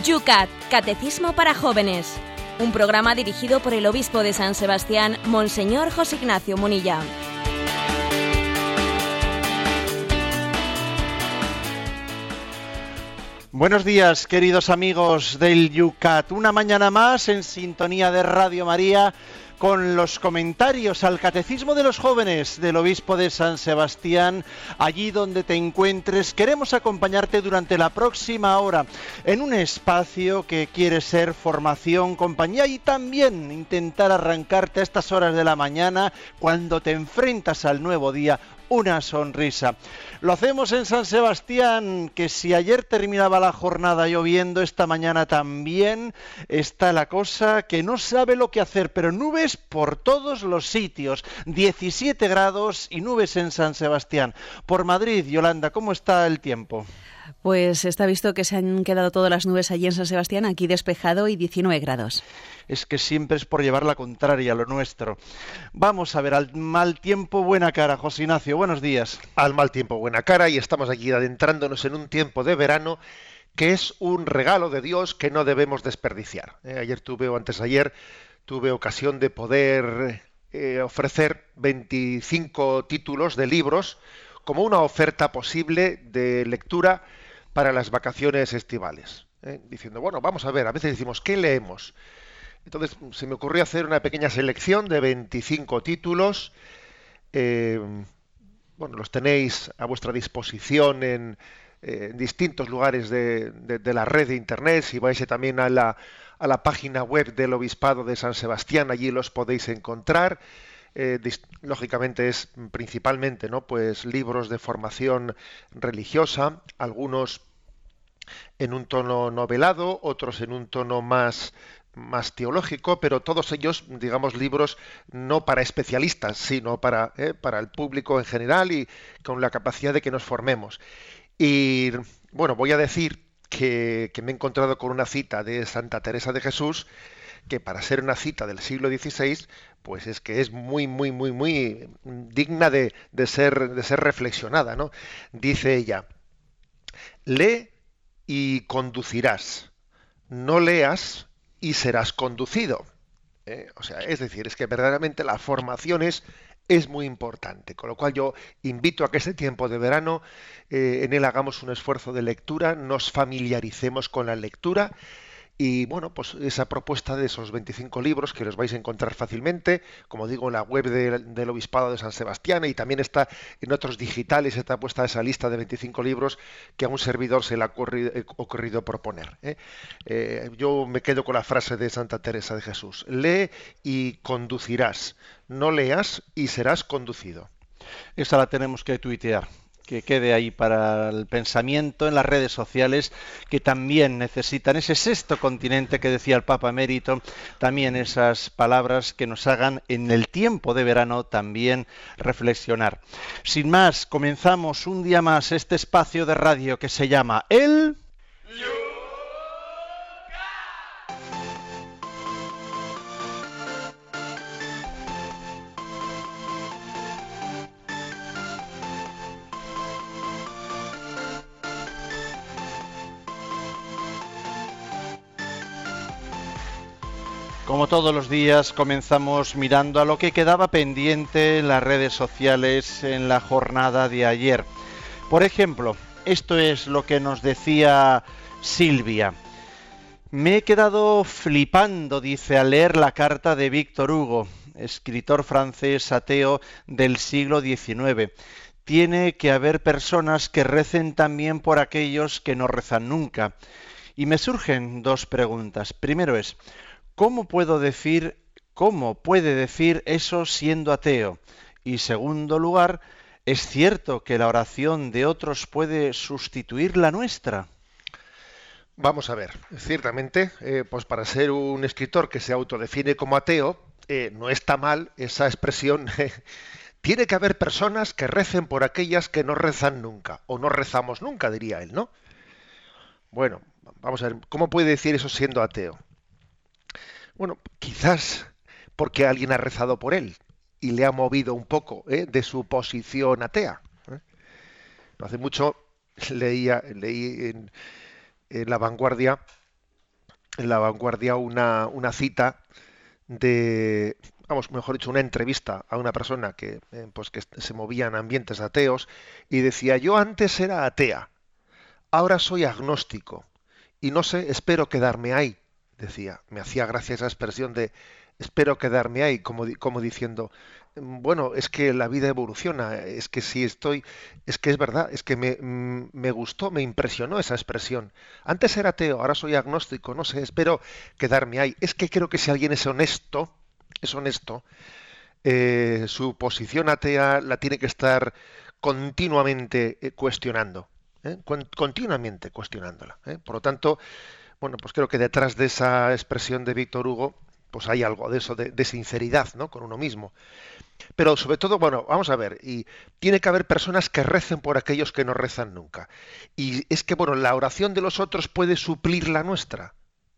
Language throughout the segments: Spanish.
YUCAT, Catecismo para Jóvenes. Un programa dirigido por el obispo de San Sebastián, Monseñor José Ignacio Munilla. Buenos días, queridos amigos del YUCAT. Una mañana más en sintonía de Radio María con los comentarios al Catecismo de los Jóvenes del Obispo de San Sebastián. Allí donde te encuentres, queremos acompañarte durante la próxima hora en un espacio que quiere ser formación, compañía y también intentar arrancarte a estas horas de la mañana, cuando te enfrentas al nuevo día, una sonrisa. Lo hacemos en San Sebastián, que si ayer terminaba la jornada lloviendo, esta mañana también está la cosa que no sabe lo que hacer, pero nubes por todos los sitios, 17 grados y nubes en San Sebastián. Por Madrid, Yolanda, ¿cómo está el tiempo? Pues está visto que se han quedado todas las nubes allí en San Sebastián, aquí despejado y 19 grados. Es que siempre es por llevar la contraria a lo nuestro. Vamos a ver, al mal tiempo, buena cara. José Ignacio, buenos días. Al mal tiempo, buena cara, y estamos aquí adentrándonos en un tiempo de verano que es un regalo de Dios que no debemos desperdiciar. Ayer o antes de ayer, tuve ocasión de poder ofrecer 25 títulos de libros como una oferta posible de lectura para las vacaciones estivales. Diciendo, bueno, vamos a ver, a veces decimos, ¿qué leemos? Entonces se me ocurrió hacer una pequeña selección de 25 títulos. Bueno, los tenéis a vuestra disposición en distintos lugares de la red de internet. Si vais también a la página web del Obispado de San Sebastián, allí los podéis encontrar. Lógicamente es principalmente, ¿no?, pues libros de formación religiosa, algunos en un tono novelado, otros en un tono más teológico, pero todos ellos, digamos, libros no para especialistas, sino para el público en general y con la capacidad de que nos formemos. Y bueno, voy a decir que me he encontrado con una cita de Santa Teresa de Jesús, que para ser una cita del siglo XVI, pues es que es muy digna de ser reflexionada, ¿no? Dice ella: lee y conducirás, no leas y serás conducido. O sea, es decir, es que verdaderamente la formación es muy importante, con lo cual yo invito a que este tiempo de verano en él hagamos un esfuerzo de lectura, nos familiaricemos con la lectura. Y bueno, pues esa propuesta de esos 25 libros que los vais a encontrar fácilmente, como digo, en la web del Obispado de San Sebastián, y también está en otros digitales, está puesta esa lista de 25 libros que a un servidor se le ha ocurrido proponer. Yo me quedo con la frase de Santa Teresa de Jesús: lee y conducirás, no leas y serás conducido. Esa la tenemos que tuitear, que quede ahí para el pensamiento en las redes sociales, que también necesitan ese sexto continente que decía el Papa Emérito, también esas palabras que nos hagan en el tiempo de verano también reflexionar. Sin más, comenzamos un día más este espacio de radio que se llama El Como todos los días, comenzamos mirando a lo que quedaba pendiente en las redes sociales en la jornada de ayer. Por ejemplo, esto es lo que nos decía Silvia. Me he quedado flipando, dice, al leer la carta de Víctor Hugo, escritor francés ateo del siglo XIX. Tiene que haber personas que recen también por aquellos que no rezan nunca. Y me surgen dos preguntas. Primero es, ¿cómo puede decir eso siendo ateo? Y segundo lugar, ¿es cierto que la oración de otros puede sustituir la nuestra? Vamos a ver, ciertamente, pues para ser un escritor que se autodefine como ateo, no está mal esa expresión. Tiene que haber personas que recen por aquellas que no rezan nunca, o no rezamos nunca, diría él, ¿no? Bueno, vamos a ver, ¿cómo puede decir eso siendo ateo? Bueno, quizás porque alguien ha rezado por él y le ha movido un poco de su posición atea. No hace mucho leí en La Vanguardia en La Vanguardia una cita de, vamos, mejor dicho, una entrevista a una persona pues que se movía en ambientes ateos y decía: yo antes era atea, ahora soy agnóstico y no sé, espero quedarme ahí. Decía, me hacía gracia esa expresión de espero quedarme ahí, como diciendo, bueno, es que la vida evoluciona, es que si estoy, es que es verdad, es que me gustó, me impresionó esa expresión. Antes era ateo, ahora soy agnóstico, no sé, espero quedarme ahí. Es que creo que si alguien es honesto, su posición atea la tiene que estar continuamente cuestionando. Continuamente cuestionándola. Por lo tanto, bueno, pues creo que detrás de esa expresión de Víctor Hugo, pues hay algo de eso, de sinceridad, ¿no? Con uno mismo. Pero sobre todo, bueno, vamos a ver, y tiene que haber personas que recen por aquellos que no rezan nunca. Y es que, bueno, la oración de los otros puede suplir la nuestra.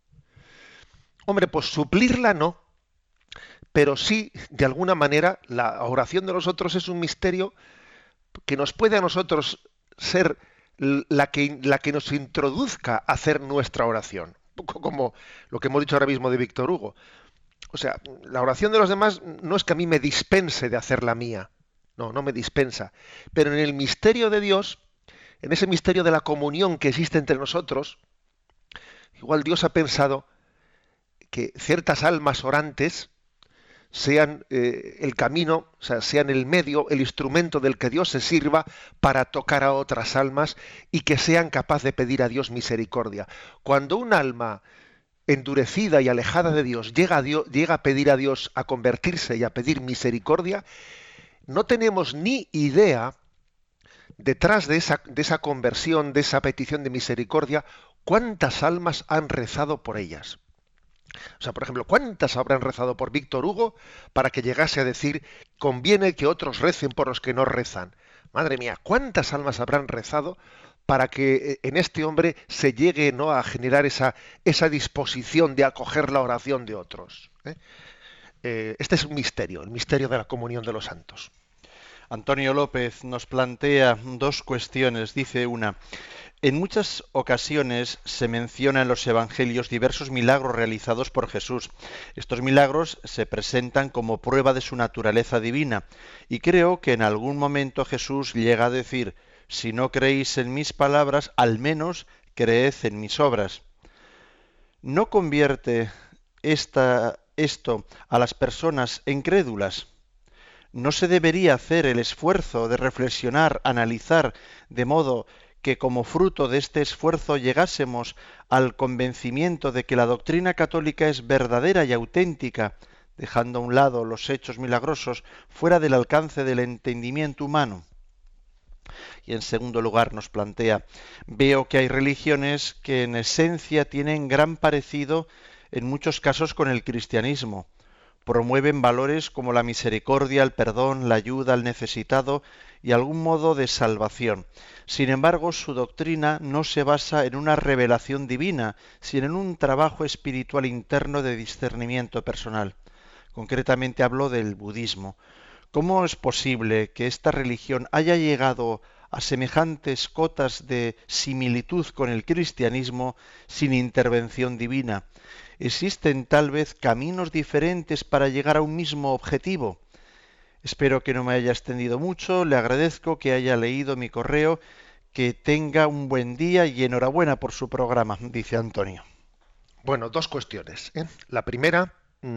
Hombre, pues suplirla no, pero sí, de alguna manera, la oración de los otros es un misterio que nos puede a nosotros ser la que nos introduzca a hacer nuestra oración. Un poco como lo que hemos dicho ahora mismo de Víctor Hugo. O sea, la oración de los demás no es que a mí me dispense de hacer la mía. No, no me dispensa. Pero en el misterio de Dios, en ese misterio de la comunión que existe entre nosotros, igual Dios ha pensado que ciertas almas orantes sean el camino, o sea, sean el medio, el instrumento del que Dios se sirva para tocar a otras almas y que sean capaces de pedir a Dios misericordia. Cuando un alma endurecida y alejada de Dios llega a pedir a Dios, a convertirse y a pedir misericordia, no tenemos ni idea, detrás de esa conversión, de esa petición de misericordia, cuántas almas han rezado por ellas. O sea, por ejemplo, ¿cuántas habrán rezado por Víctor Hugo para que llegase a decir conviene que otros recen por los que no rezan? Madre mía, ¿cuántas almas habrán rezado para que en este hombre se llegue, ¿no?, a generar esa disposición de acoger la oración de otros? Este es un misterio, el misterio de la comunión de los santos. Antonio López nos plantea dos cuestiones. Dice una: en muchas ocasiones se menciona en los evangelios diversos milagros realizados por Jesús. Estos milagros se presentan como prueba de su naturaleza divina, y creo que en algún momento Jesús llega a decir: si no creéis en mis palabras, al menos creed en mis obras. ¿No convierte esto a las personas en crédulas? ¿No se debería hacer el esfuerzo de reflexionar, analizar, de modo que como fruto de este esfuerzo llegásemos al convencimiento de que la doctrina católica es verdadera y auténtica, dejando a un lado los hechos milagrosos fuera del alcance del entendimiento humano? Y en segundo lugar nos plantea: veo que hay religiones que en esencia tienen gran parecido en muchos casos con el cristianismo. Promueven valores como la misericordia, el perdón, la ayuda al necesitado y algún modo de salvación. Sin embargo, su doctrina no se basa en una revelación divina, sino en un trabajo espiritual interno de discernimiento personal. Concretamente hablo del budismo. ¿Cómo es posible que esta religión haya llegado a semejantes cotas de similitud con el cristianismo sin intervención divina? ¿Existen tal vez caminos diferentes para llegar a un mismo objetivo? Espero que no me haya extendido mucho, le agradezco que haya leído mi correo, que tenga un buen día y enhorabuena por su programa, dice Antonio. Bueno, dos cuestiones. La primera,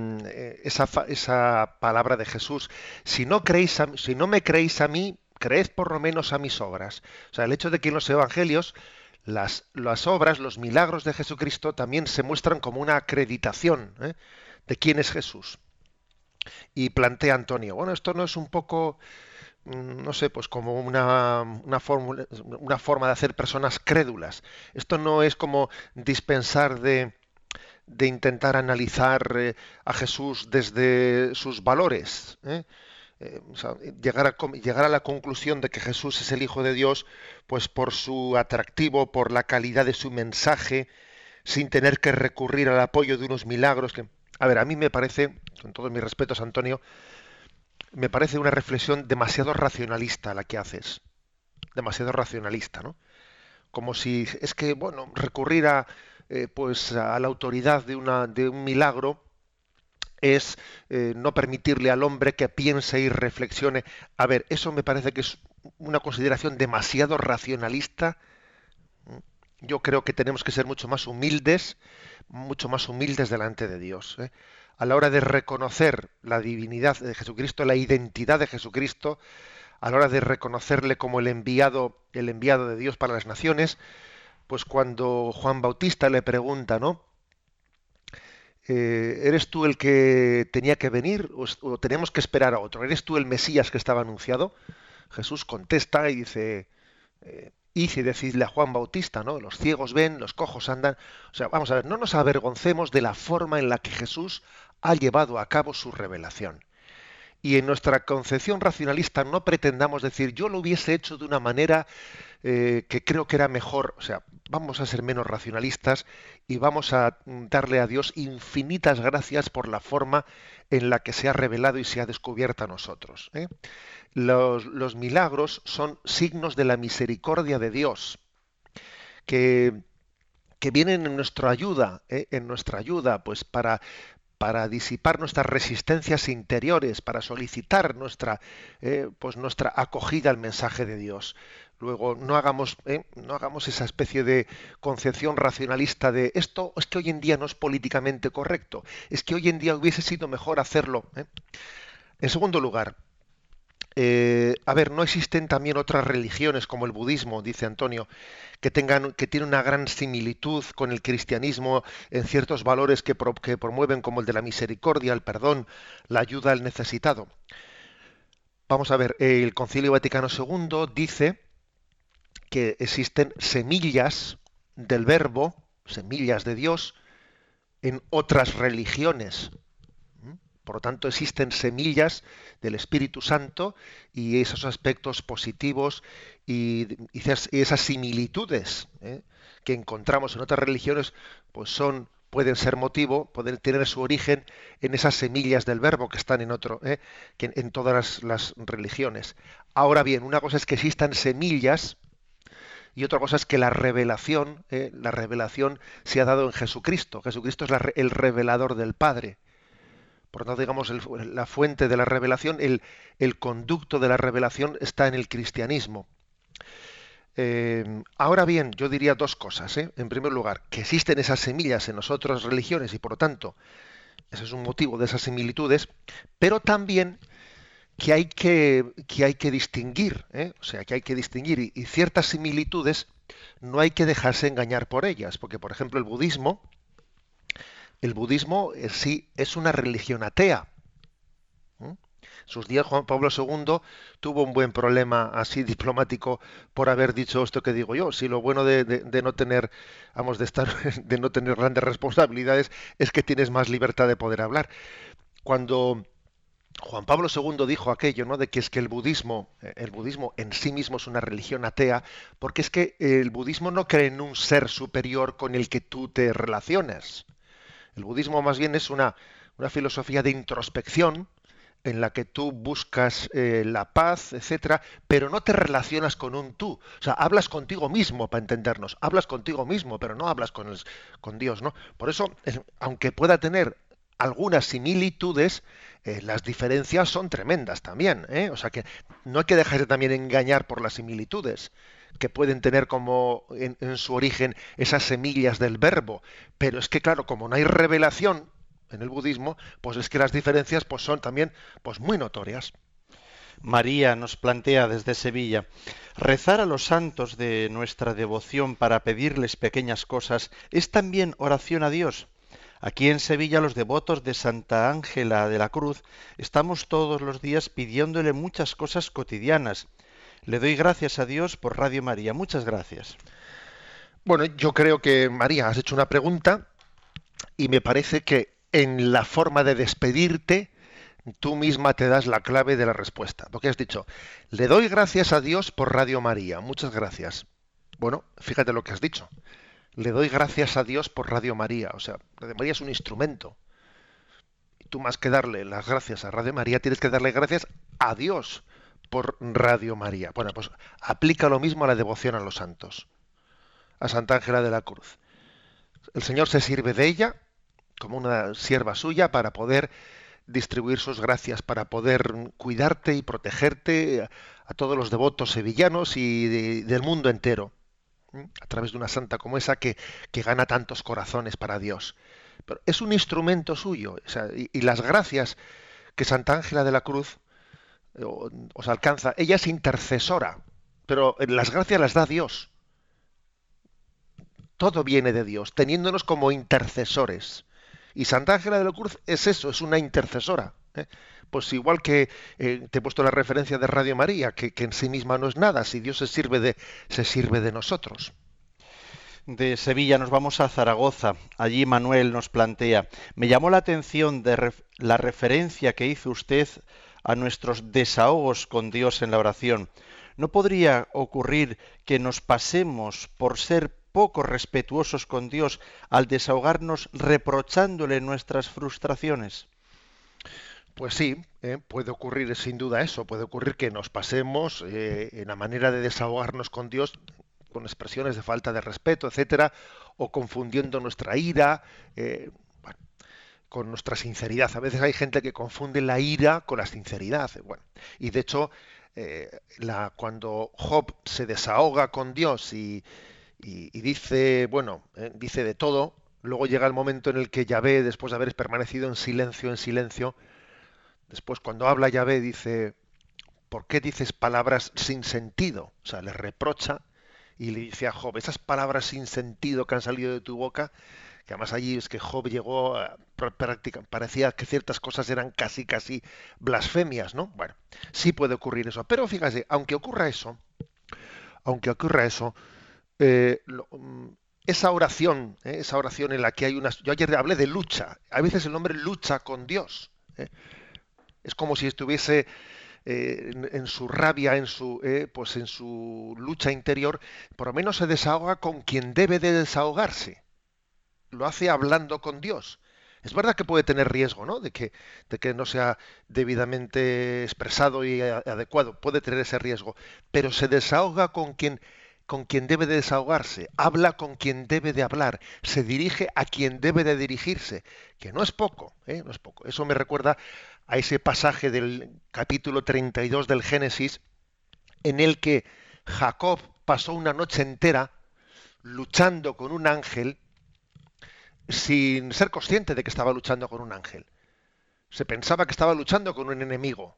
esa palabra de Jesús: si no me creéis a mí, creed por lo menos a mis obras. O sea, el hecho de que en los evangelios las obras, los milagros de Jesucristo también se muestran como una acreditación de quién es Jesús. Y plantea Antonio: bueno, esto no es un poco, no sé, pues como una forma de hacer personas crédulas. Esto no es como dispensar de intentar analizar a Jesús desde sus valores, o sea, llegar a la conclusión de que Jesús es el Hijo de Dios, pues por su atractivo, por la calidad de su mensaje, sin tener que recurrir al apoyo de unos milagros que... A ver, a mí me parece, con todos mis respetos, Antonio, me parece una reflexión demasiado racionalista la que haces. Demasiado racionalista, ¿no? Como si es que, bueno, recurrir a pues a la autoridad de un milagro es no permitirle al hombre que piense y reflexione. A ver, eso me parece que es una consideración demasiado racionalista. Yo creo que tenemos que ser mucho más humildes delante de Dios, ¿eh? A la hora de reconocer la divinidad de Jesucristo, la identidad de Jesucristo, a la hora de reconocerle como el enviado de Dios para las naciones, pues cuando Juan Bautista le pregunta, ¿no? ¿Eres tú el que tenía que venir o tenemos que esperar a otro? ¿Eres tú el Mesías que estaba anunciado? Jesús contesta y dice, id y decidle a Juan Bautista, ¿no? Los ciegos ven, los cojos andan. O sea, vamos a ver, no nos avergoncemos de la forma en la que Jesús ha llevado a cabo su revelación. Y en nuestra concepción racionalista no pretendamos decir, yo lo hubiese hecho de una manera que creo que era mejor. O sea, vamos a ser menos racionalistas y vamos a darle a Dios infinitas gracias por la forma en la que se ha revelado y se ha descubierto a nosotros, ¿eh? Los milagros son signos de la misericordia de Dios, que vienen en nuestra ayuda, pues para disipar nuestras resistencias interiores, para solicitar nuestra acogida al mensaje de Dios. Luego, no hagamos esa especie de concepción racionalista de esto es que hoy en día no es políticamente correcto, es que hoy en día hubiese sido mejor hacerlo, ¿eh? En segundo lugar, a ver, no existen también otras religiones como el budismo, dice Antonio, que tienen una gran similitud con el cristianismo en ciertos valores que promueven, como el de la misericordia, el perdón, la ayuda al necesitado. Vamos a ver, el Concilio Vaticano II dice que existen semillas del Verbo, semillas de Dios, en otras religiones. Por lo tanto, existen semillas del Espíritu Santo y esos aspectos positivos y esas similitudes, que encontramos en otras religiones, pues pueden ser motivo, pueden tener su origen en esas semillas del Verbo que están que en todas las religiones. Ahora bien, una cosa es que existan semillas y otra cosa es que la revelación se ha dado en Jesucristo. Jesucristo es el revelador del Padre. Por lo tanto, digamos, la fuente de la revelación, el conducto de la revelación está en el cristianismo. Ahora bien, yo diría dos cosas, ¿eh? En primer lugar, que existen esas semillas en las otras religiones y por lo tanto, ese es un motivo de esas similitudes, pero también que hay que distinguir, ¿eh? O sea, que hay que distinguir y ciertas similitudes no hay que dejarse engañar por ellas, porque por ejemplo el budismo sí es una religión atea. En sus días Juan Pablo II tuvo un buen problema así diplomático por haber dicho esto que digo yo. Si lo bueno de no tener, de no tener grandes responsabilidades es que tienes más libertad de poder hablar. Cuando Juan Pablo II dijo aquello, ¿no? De que es que el budismo en sí mismo es una religión atea, porque es que el budismo no cree en un ser superior con el que tú te relaciones. El budismo más bien es una filosofía de introspección en la que tú buscas la paz, etcétera, pero no te relacionas con un tú. O sea, hablas contigo mismo, para entendernos. Hablas contigo mismo, pero no hablas con Dios, ¿no? Por eso, aunque pueda tener algunas similitudes, las diferencias son tremendas también, ¿eh? O sea que no hay que dejarse también engañar por las similitudes que pueden tener como en su origen esas semillas del Verbo, pero es que claro, como no hay revelación en el budismo, pues es que las diferencias pues son también pues muy notorias. María nos plantea desde Sevilla: rezar a los santos de nuestra devoción para pedirles pequeñas cosas es también oración a Dios. Aquí en Sevilla los devotos de Santa Ángela de la Cruz estamos todos los días pidiéndole muchas cosas cotidianas. Le doy gracias a Dios por Radio María. Muchas gracias. Bueno, yo creo que, María, has hecho una pregunta y me parece que en la forma de despedirte tú misma te das la clave de la respuesta. Porque has dicho, le doy gracias a Dios por Radio María. Muchas gracias. Bueno, fíjate lo que has dicho. Le doy gracias a Dios por Radio María. O sea, Radio María es un instrumento. Y tú más que darle las gracias a Radio María, tienes que darle gracias a Dios por Radio María. Bueno, pues aplica lo mismo a la devoción a los santos. A Santa Ángela de la Cruz. El Señor se sirve de ella como una sierva suya para poder distribuir sus gracias, para poder cuidarte y protegerte a todos los devotos sevillanos y del mundo entero, a través de una santa como esa que gana tantos corazones para Dios. Pero es un instrumento suyo, o sea, y las gracias que Santa Ángela de la Cruz os alcanza, ella es intercesora, pero las gracias las da Dios. Todo viene de Dios, teniéndonos como intercesores. Y Santa Ángela de la Cruz es eso, es una intercesora. Pues igual que te he puesto la referencia de Radio María, que en sí misma no es nada, si Dios se sirve de nosotros. De Sevilla nos vamos a Zaragoza. Allí Manuel nos plantea: me llamó la atención la referencia que hizo usted a nuestros desahogos con Dios en la oración. ¿No podría ocurrir que nos pasemos por ser poco respetuosos con Dios al desahogarnos reprochándole nuestras frustraciones? Pues sí, puede ocurrir sin duda eso, puede ocurrir que nos pasemos en la manera de desahogarnos con Dios con expresiones de falta de respeto, etcétera, o confundiendo nuestra ira con nuestra sinceridad. A veces hay gente que confunde la ira con la sinceridad. Bueno, y de hecho, cuando Job se desahoga con Dios y dice, bueno, dice de todo, luego llega el momento en el que Yahvé, después de haber permanecido en silencio, después cuando habla Yahvé dice: ¿por qué dices palabras sin sentido? O sea, le reprocha y le dice a Job: esas palabras sin sentido que han salido de tu boca, que además allí es que Job llegó a parecía que ciertas cosas eran casi blasfemias, ¿no? Bueno, sí puede ocurrir eso, pero fíjate, aunque ocurra eso, esa oración en la que hay unas... Yo ayer hablé de lucha. A veces el hombre lucha con Dios. Es como si estuviese en su rabia, en su lucha interior, por lo menos se desahoga con quien debe de desahogarse. Lo hace hablando con Dios. Es verdad que puede tener riesgo, ¿no? De que no sea debidamente expresado y adecuado. Puede tener ese riesgo. Pero se desahoga con quien debe de desahogarse, habla con quien debe de hablar, se dirige a quien debe de dirigirse, que no es poco, no es poco. Eso me recuerda a ese pasaje del capítulo 32 del Génesis, en el que Jacob pasó una noche entera luchando con un ángel sin ser consciente de que estaba luchando con un ángel. Se pensaba que estaba luchando con un enemigo.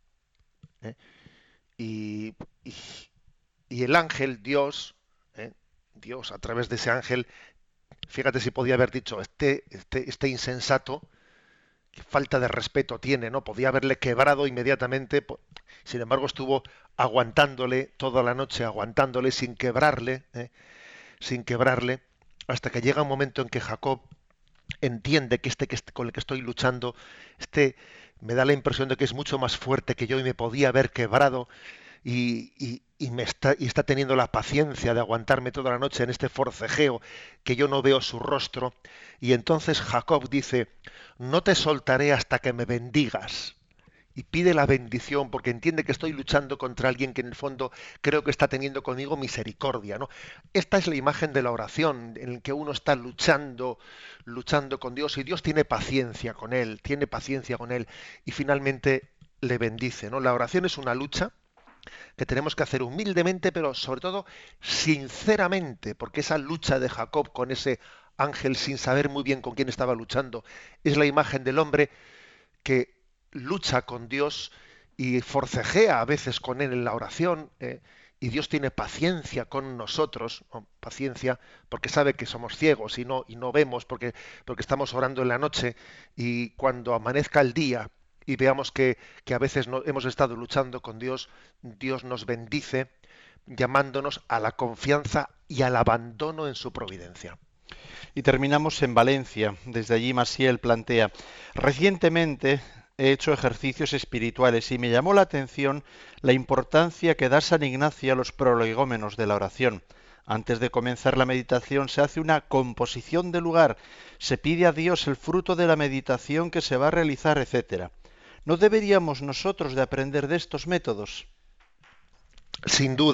Y el ángel, Dios, a través de ese ángel, fíjate si podía haber dicho: este insensato, qué falta de respeto tiene, ¿no? Podía haberle quebrado inmediatamente, sin embargo estuvo aguantándole toda la noche, aguantándole sin quebrarle, hasta que llega un momento en que Jacob entiende que con el que estoy luchando, me da la impresión de que es mucho más fuerte que yo y me podía haber quebrado, y está teniendo la paciencia de aguantarme toda la noche en este forcejeo que yo no veo su rostro. Y entonces Jacob dice: no te soltaré hasta que me bendigas. Y pide la bendición porque entiende que estoy luchando contra alguien que en el fondo creo que está teniendo conmigo misericordia, ¿no? Esta es la imagen de la oración, en la que uno está luchando con Dios, y Dios tiene paciencia con él, y finalmente le bendice, ¿no? La oración es una lucha que tenemos que hacer humildemente, pero sobre todo sinceramente, porque esa lucha de Jacob con ese ángel sin saber muy bien con quién estaba luchando es la imagen del hombre que lucha con Dios y forcejea a veces con él en la oración, y Dios tiene paciencia con nosotros, ¿no? Paciencia porque sabe que somos ciegos y no vemos, porque estamos orando en la noche, y cuando amanezca el día y veamos que a veces hemos estado luchando con Dios, Dios nos bendice llamándonos a la confianza y al abandono en su providencia. Y terminamos en Valencia. Desde allí Maciel plantea: recientemente he hecho ejercicios espirituales y me llamó la atención la importancia que da San Ignacio a los prolegómenos de la oración. Antes de comenzar la meditación se hace una composición del lugar, se pide a Dios el fruto de la meditación que se va a realizar, etc. ¿No deberíamos nosotros de aprender de estos métodos? Sin duda,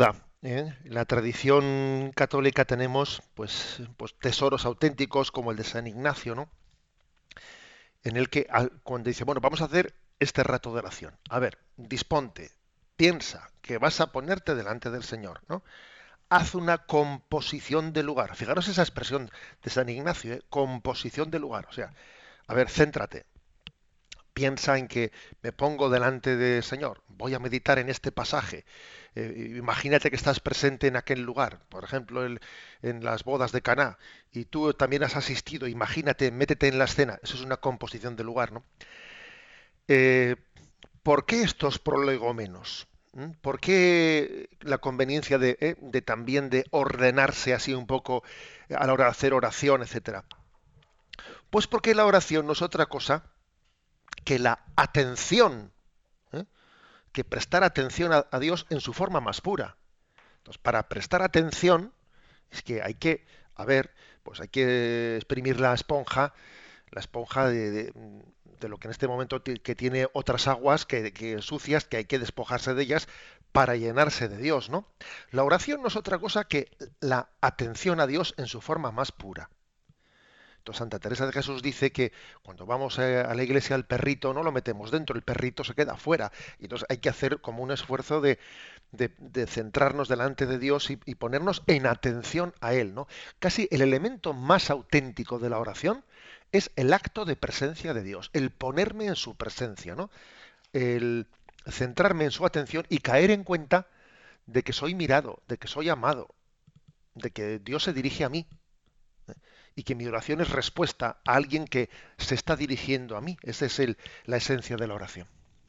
En la tradición católica tenemos pues tesoros auténticos como el de San Ignacio, ¿no? En el que cuando dice, bueno, vamos a hacer este rato de oración. A ver, disponte, piensa que vas a ponerte delante del Señor, ¿no? Haz una composición de lugar. Fijaros esa expresión de San Ignacio, ¿eh? Composición de lugar. O sea, a ver, céntrate. Piensa en que me pongo delante del Señor, voy a meditar en este pasaje. Imagínate que estás presente en aquel lugar, por ejemplo, en las bodas de Caná, y tú también has asistido. Imagínate, métete en la escena. Eso es una composición de lugar, ¿no? Eh, ¿Por qué estos prolegómenos? ¿Por qué la conveniencia de también de ordenarse así un poco a la hora de hacer oración, etcétera? Pues porque la oración no es otra cosa que la atención, ¿eh? Que prestar atención a Dios en su forma más pura. Entonces, para prestar atención, es que hay que, a ver, pues hay que exprimir la esponja de lo que en este momento que tiene otras aguas que sucias, que hay que despojarse de ellas para llenarse de Dios, ¿no? La oración no es otra cosa que la atención a Dios en su forma más pura. Entonces, Santa Teresa de Jesús dice que cuando vamos a la iglesia al perrito no lo metemos dentro, el perrito se queda fuera. Y entonces hay que hacer como un esfuerzo de centrarnos delante de Dios y ponernos en atención a Él, ¿no? Casi el elemento más auténtico de la oración es el acto de presencia de Dios, el ponerme en su presencia, ¿no? El centrarme en su atención y caer en cuenta de que soy mirado, de que soy amado, de que Dios se dirige a mí y que mi oración es respuesta a alguien que se está dirigiendo a mí. Esa es la esencia de la oración.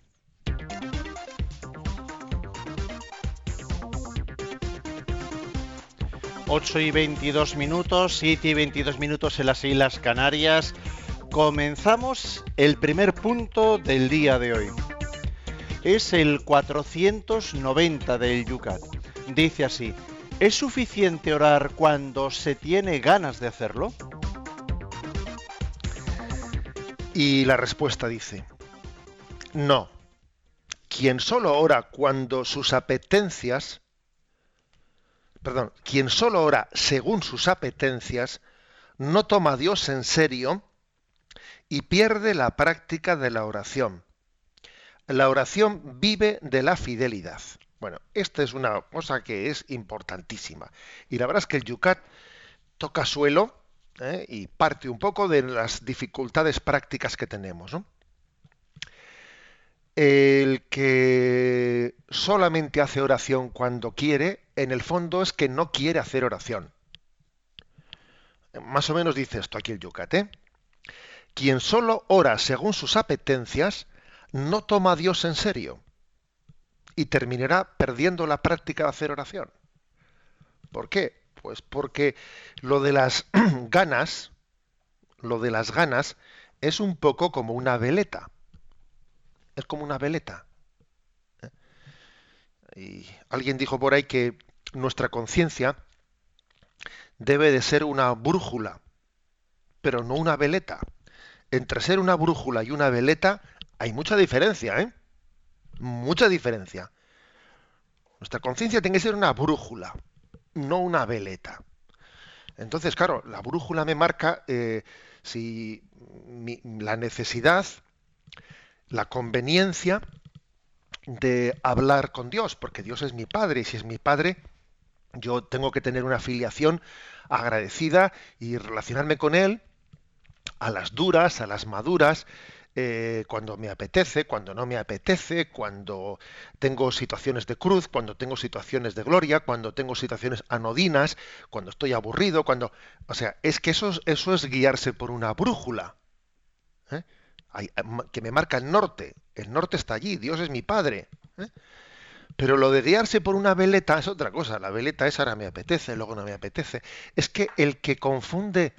Ocho y 22 minutos, 7 y 22 minutos en las Islas Canarias. Comenzamos el primer punto del día de hoy. Es el 490 del Yucat. Dice así: ¿es suficiente orar cuando se tiene ganas de hacerlo? Y la respuesta dice, no. Quien solo ora cuando sus apetencias, quien solo ora según sus apetencias, no toma a Dios en serio y pierde la práctica de la oración. La oración vive de la fidelidad. Bueno, esta es una cosa que es importantísima. Y la verdad es que el Yucat toca suelo y parte un poco de las dificultades prácticas que tenemos, ¿no? El que solamente hace oración cuando quiere, en el fondo es que no quiere hacer oración. Más o menos dice esto aquí el Yucat, ¿eh? Quien solo ora según sus apetencias, no toma a Dios en serio y terminará perdiendo la práctica de hacer oración. ¿Por qué? Pues porque lo de las ganas es un poco como una veleta. Es como una veleta. Y alguien dijo por ahí que nuestra conciencia debe de ser una brújula, pero no una veleta. Entre ser una brújula y una veleta hay mucha diferencia, ¿eh? Mucha diferencia. Nuestra conciencia tiene que ser una brújula, no una veleta. Entonces, claro, la brújula me marca si la necesidad, la conveniencia de hablar con Dios, porque Dios es mi Padre, y si es mi Padre, yo tengo que tener una filiación agradecida y relacionarme con Él a las duras, a las maduras, cuando me apetece, cuando no me apetece, cuando tengo situaciones de cruz, cuando tengo situaciones de gloria, cuando tengo situaciones anodinas, cuando estoy aburrido, o sea, es que eso es guiarse por una brújula, ¿eh? Que me marca el norte. El norte está allí, Dios es mi Padre, ¿eh? Pero lo de guiarse por una veleta es otra cosa. La veleta es ahora me apetece, luego no me apetece. Es que el que confunde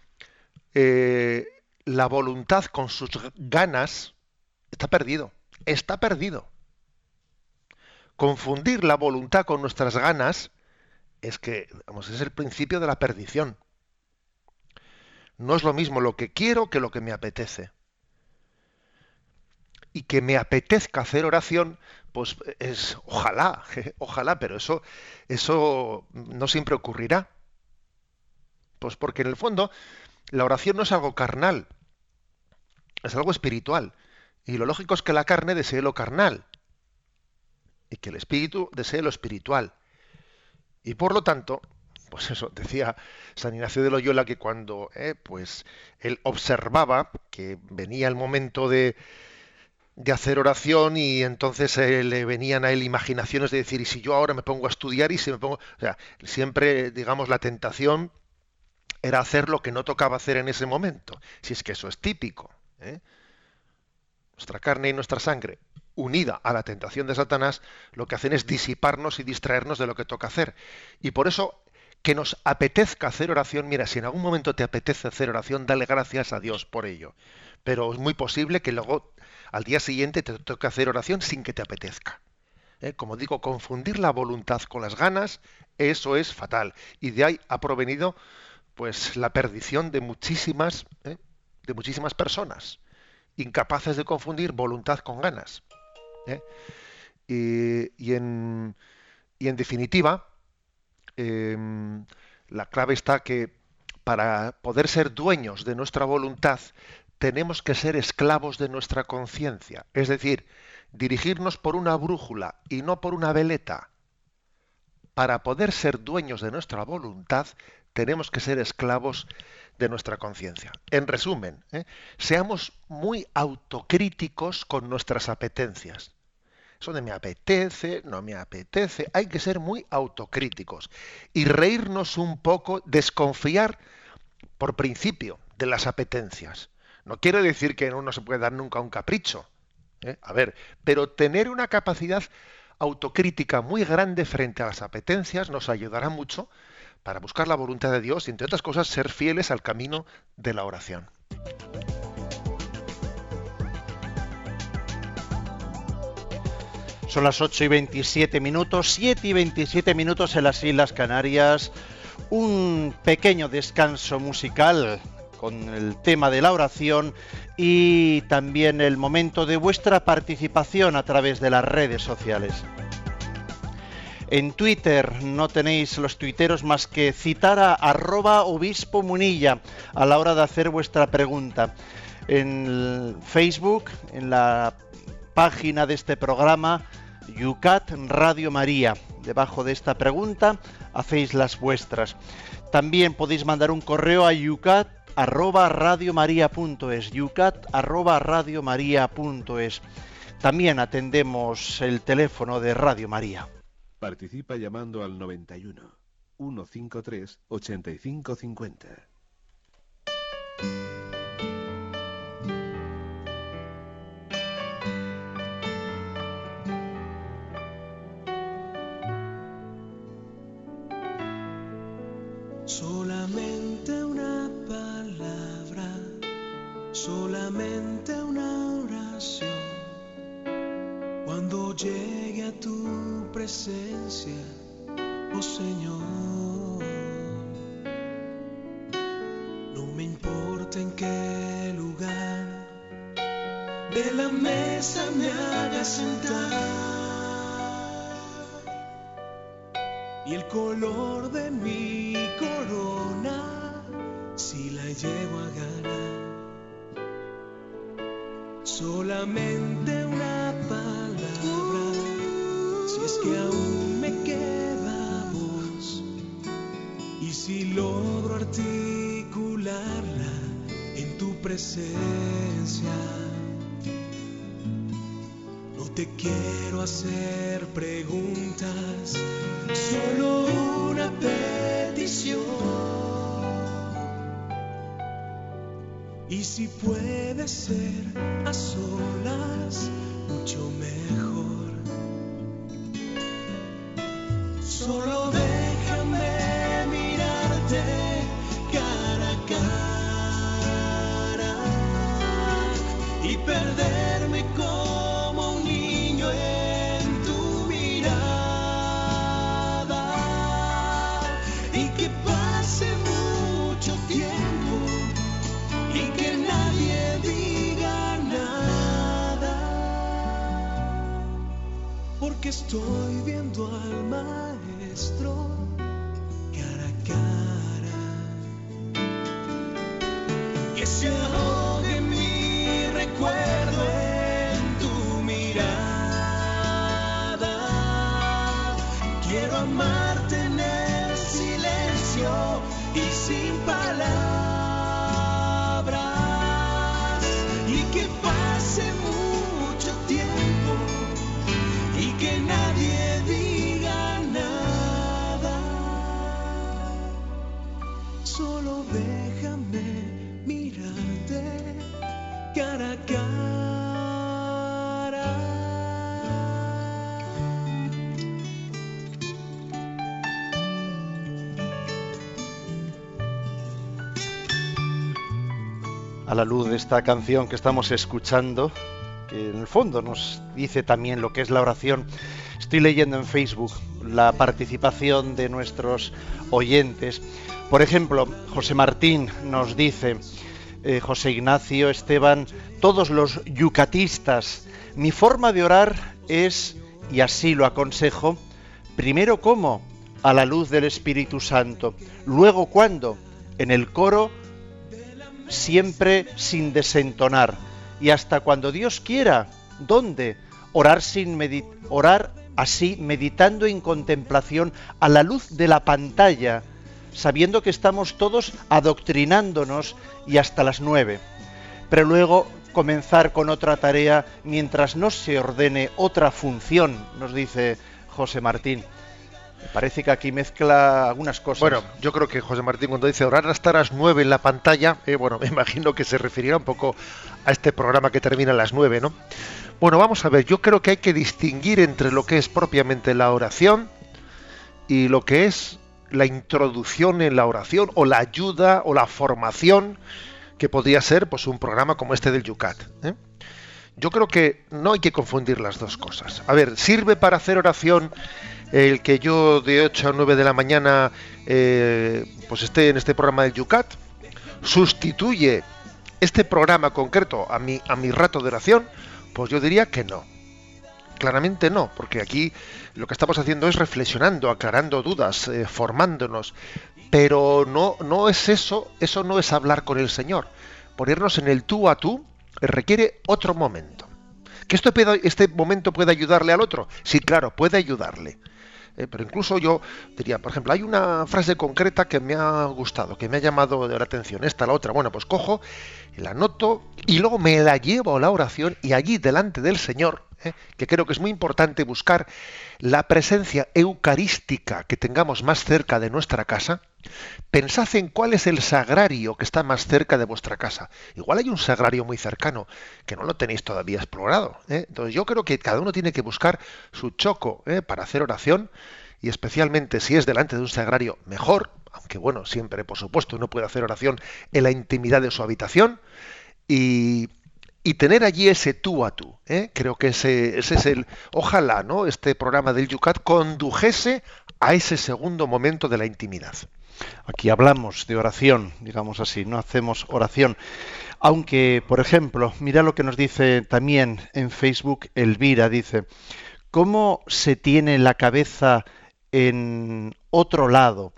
la voluntad con sus ganas está perdido. Está perdido. Confundir la voluntad con nuestras ganas es el principio de la perdición. No es lo mismo lo que quiero que lo que me apetece. Y que me apetezca hacer oración, pues es ojalá, ojalá, pero eso no siempre ocurrirá. Pues porque en el fondo la oración no es algo carnal, es algo espiritual. Y lo lógico es que la carne desee lo carnal y que el espíritu desee lo espiritual. Y por lo tanto, pues eso, decía San Ignacio de Loyola que cuando pues él observaba que venía el momento de hacer oración y entonces le venían a él imaginaciones de decir, y si yo ahora me pongo a estudiar y si me pongo... O sea, siempre, digamos, la tentación era hacer lo que no tocaba hacer en ese momento. Si es que eso es típico. Nuestra carne y nuestra sangre, unida a la tentación de Satanás, lo que hacen es disiparnos y distraernos de lo que toca hacer. Y por eso, que nos apetezca hacer oración, mira, si en algún momento te apetece hacer oración, dale gracias a Dios por ello. Pero es muy posible que luego, al día siguiente, te toque hacer oración sin que te apetezca. Como digo, confundir la voluntad con las ganas, eso es fatal. Y de ahí ha provenido pues la perdición de muchísimas personas, incapaces de confundir voluntad con ganas. Y en definitiva, la clave está que para poder ser dueños de nuestra voluntad tenemos que ser esclavos de nuestra conciencia, es decir, dirigirnos por una brújula y no por una veleta. Para poder ser dueños de nuestra voluntad tenemos que ser esclavos de nuestra conciencia. En resumen, seamos muy autocríticos con nuestras apetencias. Eso de me apetece, no me apetece, hay que ser muy autocríticos y reírnos un poco, desconfiar por principio de las apetencias. No quiero decir que no se puede dar nunca un capricho, a ver, pero tener una capacidad autocrítica muy grande frente a las apetencias nos ayudará mucho para buscar la voluntad de Dios y, entre otras cosas, ser fieles al camino de la oración. Son las 8:27, 7:27 en las Islas Canarias. Un pequeño descanso musical con el tema de la oración y también el momento de vuestra participación a través de las redes sociales. En Twitter no tenéis los tuiteros más que citar a @obispo Munilla a la hora de hacer vuestra pregunta. En Facebook, en la página de este programa, Yucat Radio María. Debajo de esta pregunta hacéis las vuestras. También podéis mandar un correo a yucat@radiomaria.es, yucat@radiomaria.es. También atendemos el teléfono de Radio María. Participa llamando al 91 153 8550. Solamente una palabra, solamente una oración. Cuando llegue a tu presencia, oh Señor, no me importa en qué lugar de la mesa me hagas sentar, y el color de mi corona si la llevo a ganar. Solamente una palabra, si es que aún me queda voz, y si logro articularla en tu presencia. No te quiero hacer preguntas, solo una petición. Y si puede ser a solas, mucho mejor. Solo déjame mirarte cara a cara y perderme como un niño en tu mirada, y que pase mucho tiempo y que nadie diga nada. que estoy viendo al Maestro cara a cara. Que se ahogue mi recuerdo en tu mirada. Quiero amarte en el silencio y sin palabras, y que pase mucho tiempo y que nadie diga nada. Solo déjame mirarte cara a cara. A la luz de esta canción que estamos escuchando, que en el fondo nos dice también lo que es la oración, estoy leyendo en Facebook la participación de nuestros oyentes. Por ejemplo, José Martín nos dice, José Ignacio, Esteban, todos los yucatistas, mi forma de orar es, y así lo aconsejo, primero ¿cómo? A la luz del Espíritu Santo. Luego ¿cuándo? En el coro, siempre sin desentonar. Y hasta cuando Dios quiera. ¿Dónde? Orar así, meditando en contemplación a la luz de la pantalla, sabiendo que estamos todos adoctrinándonos y hasta las 9. Pero luego comenzar con otra tarea mientras no se ordene otra función, nos dice José Martín. Me parece que aquí mezcla algunas cosas. Bueno, yo creo que José Martín, cuando dice orar hasta las 9 en la pantalla, bueno, me imagino que se referirá un poco a este programa que termina a las 9, ¿no? Bueno, vamos a ver, yo creo que hay que distinguir entre lo que es propiamente la oración y lo que es la introducción en la oración, o la ayuda, o la formación, que podría ser pues un programa como este del Yucat, ¿eh? Yo creo que no hay que confundir las dos cosas. A ver, ¿sirve para hacer oración el que yo de 8 a 9 de la mañana pues esté en este programa del Yucat? ¿Sustituye este programa concreto a mi rato de oración? Pues yo diría que no. Claramente no, porque aquí lo que estamos haciendo es reflexionando, aclarando dudas, formándonos. Pero no es eso no es hablar con el Señor. Ponernos en el tú a tú requiere otro momento. ¿Que este momento puede ayudarle al otro? Sí, claro, puede ayudarle. Pero incluso yo diría, por ejemplo, hay una frase concreta que me ha gustado, que me ha llamado la atención, esta, la otra. Bueno, pues cojo, la anoto y luego me la llevo a la oración, y allí delante del Señor, que creo que es muy importante buscar la presencia eucarística que tengamos más cerca de nuestra casa. Pensad en cuál es el sagrario que está más cerca de vuestra casa. Igual hay un sagrario muy cercano que no lo tenéis todavía explorado, ¿eh? Entonces yo creo que cada uno tiene que buscar su choco, para hacer oración, y especialmente si es delante de un sagrario, mejor, aunque bueno, siempre por supuesto uno puede hacer oración en la intimidad de su habitación, y tener allí ese tú a tú, ¿eh? Creo que ese es el, ojalá, ¿no?, este programa del Yucat condujese a ese segundo momento de la intimidad. Aquí hablamos de oración, digamos así, no hacemos oración. Aunque, por ejemplo, mira lo que nos dice también en Facebook Elvira, dice, ¿cómo se tiene la cabeza en otro lado?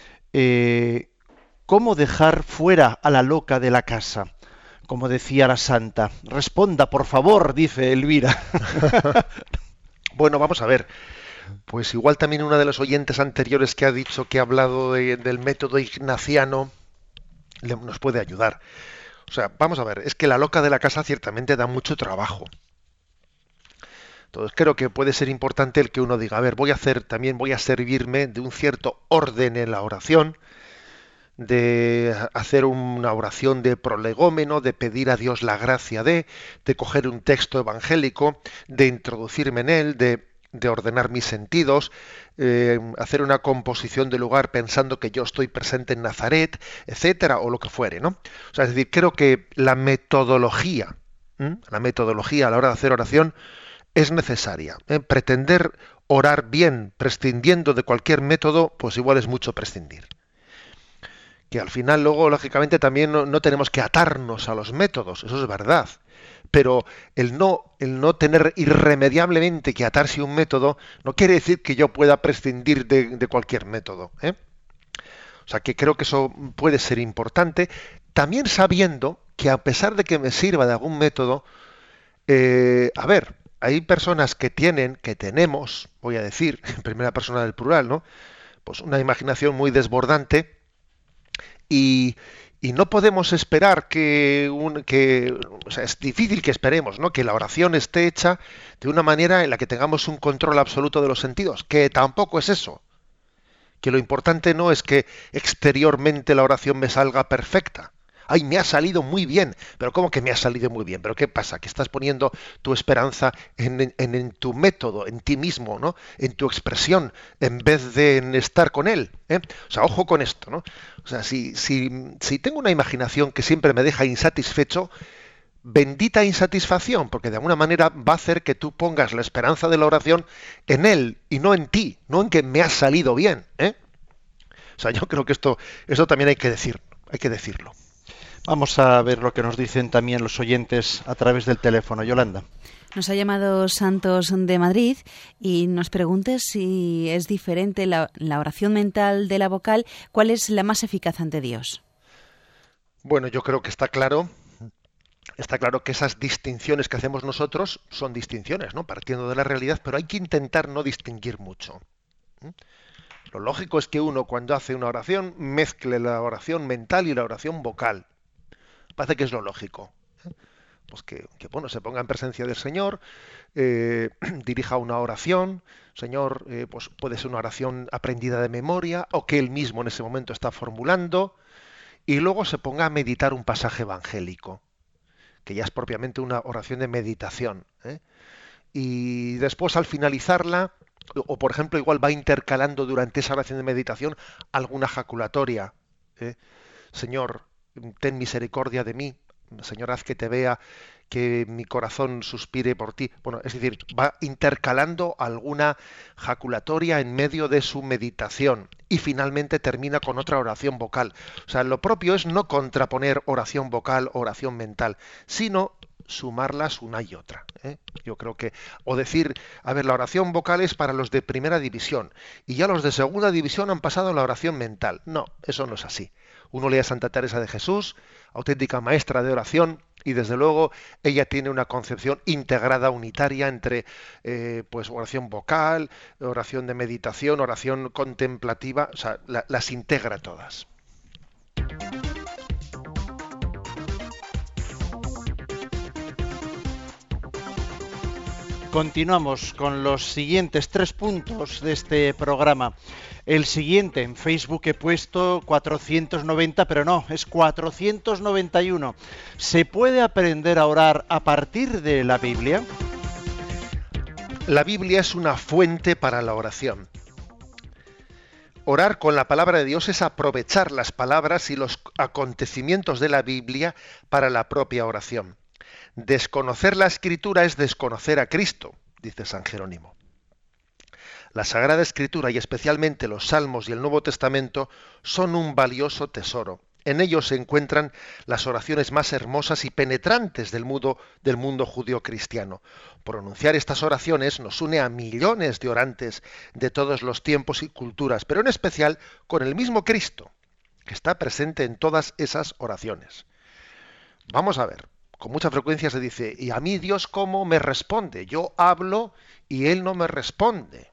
¿Cómo dejar fuera a la loca de la casa? Como decía la santa. Responda, por favor, dice Elvira. Bueno, vamos a ver. Pues igual también una de los oyentes anteriores que ha dicho, que ha hablado del método ignaciano, nos puede ayudar. O sea, vamos a ver, es que la loca de la casa ciertamente da mucho trabajo. Entonces creo que puede ser importante el que uno diga, a ver, voy a servirme de un cierto orden en la oración, de hacer una oración de prolegómeno, de pedir a Dios la gracia de coger un texto evangélico, de introducirme en él, de ordenar mis sentidos, hacer una composición de lugar pensando que yo estoy presente en Nazaret, etcétera, o lo que fuere, ¿no? O sea, es decir, creo que la metodología a la hora de hacer oración es necesaria. Pretender orar bien prescindiendo de cualquier método, pues igual es mucho prescindir. Que al final luego, lógicamente, también no tenemos que atarnos a los métodos, eso es verdad. Pero el no tener irremediablemente que atarse a un método no quiere decir que yo pueda prescindir de cualquier método, ¿eh? O sea, que creo que eso puede ser importante, también sabiendo que a pesar de que me sirva de algún método, a ver, hay personas que tenemos, voy a decir, en primera persona del plural, ¿no? Pues una imaginación muy desbordante y no podemos esperar o sea, es difícil que esperemos, ¿no?, que la oración esté hecha de una manera en la que tengamos un control absoluto de los sentidos, que tampoco es eso. Que lo importante no es que exteriormente la oración me salga perfecta. ¡Ay, me ha salido muy bien! Pero ¿cómo que me ha salido muy bien? ¿Pero qué pasa? Que estás poniendo tu esperanza en tu método, en ti mismo, ¿no? En tu expresión, en vez de en estar con él, ¿eh? O sea, ojo con esto, ¿no? O sea, si tengo una imaginación que siempre me deja insatisfecho, bendita insatisfacción, porque de alguna manera va a hacer que tú pongas la esperanza de la oración en él y no en ti, no en que me ha salido bien, ¿eh? O sea, yo creo que esto también hay que decirlo. Vamos a ver lo que nos dicen también los oyentes a través del teléfono. Yolanda. Nos ha llamado Santos de Madrid y nos pregunta si es diferente la oración mental de la vocal. ¿Cuál es la más eficaz ante Dios? Bueno, yo creo que está claro que esas distinciones que hacemos nosotros son distinciones, ¿no?, partiendo de la realidad, pero hay que intentar no distinguir mucho. Lo lógico es que uno, cuando hace una oración, mezcle la oración mental y la oración vocal. Parece que es lo lógico. Pues que bueno, se ponga en presencia del Señor, dirija una oración, Señor, pues puede ser una oración aprendida de memoria o que él mismo en ese momento está formulando, y luego se ponga a meditar un pasaje evangélico, que ya es propiamente una oración de meditación, ¿eh? Y después, al finalizarla, o por ejemplo, igual va intercalando durante esa oración de meditación alguna jaculatoria, ¿eh? Señor, ten misericordia de mí. Señor, haz que te vea, que mi corazón suspire por ti. Bueno, es decir, va intercalando alguna jaculatoria en medio de su meditación y finalmente termina con otra oración vocal. O sea, lo propio es no contraponer oración vocal o oración mental, sino sumarlas una y otra, ¿eh? Yo creo que, o decir, a ver, la oración vocal es para los de primera división y ya los de segunda división han pasado a la oración mental. No, eso no es así. Uno lee a Santa Teresa de Jesús, auténtica maestra de oración, y desde luego ella tiene una concepción integrada, unitaria entre pues oración vocal, oración de meditación, oración contemplativa, o sea, las integra todas. Continuamos con los siguientes 3 puntos de este programa. El siguiente, en Facebook he puesto 490, pero no, es 491. ¿Se puede aprender a orar a partir de la Biblia? La Biblia es una fuente para la oración. Orar con la palabra de Dios es aprovechar las palabras y los acontecimientos de la Biblia para la propia oración. Desconocer la Escritura es desconocer a Cristo, dice San Jerónimo. La Sagrada Escritura y especialmente los Salmos y el Nuevo Testamento son un valioso tesoro. En ellos se encuentran las oraciones más hermosas y penetrantes del mundo judío-cristiano. Pronunciar estas oraciones nos une a millones de orantes de todos los tiempos y culturas, pero en especial con el mismo Cristo, que está presente en todas esas oraciones. Vamos a ver. Con mucha frecuencia se dice, ¿y a mí Dios cómo me responde? Yo hablo y Él no me responde.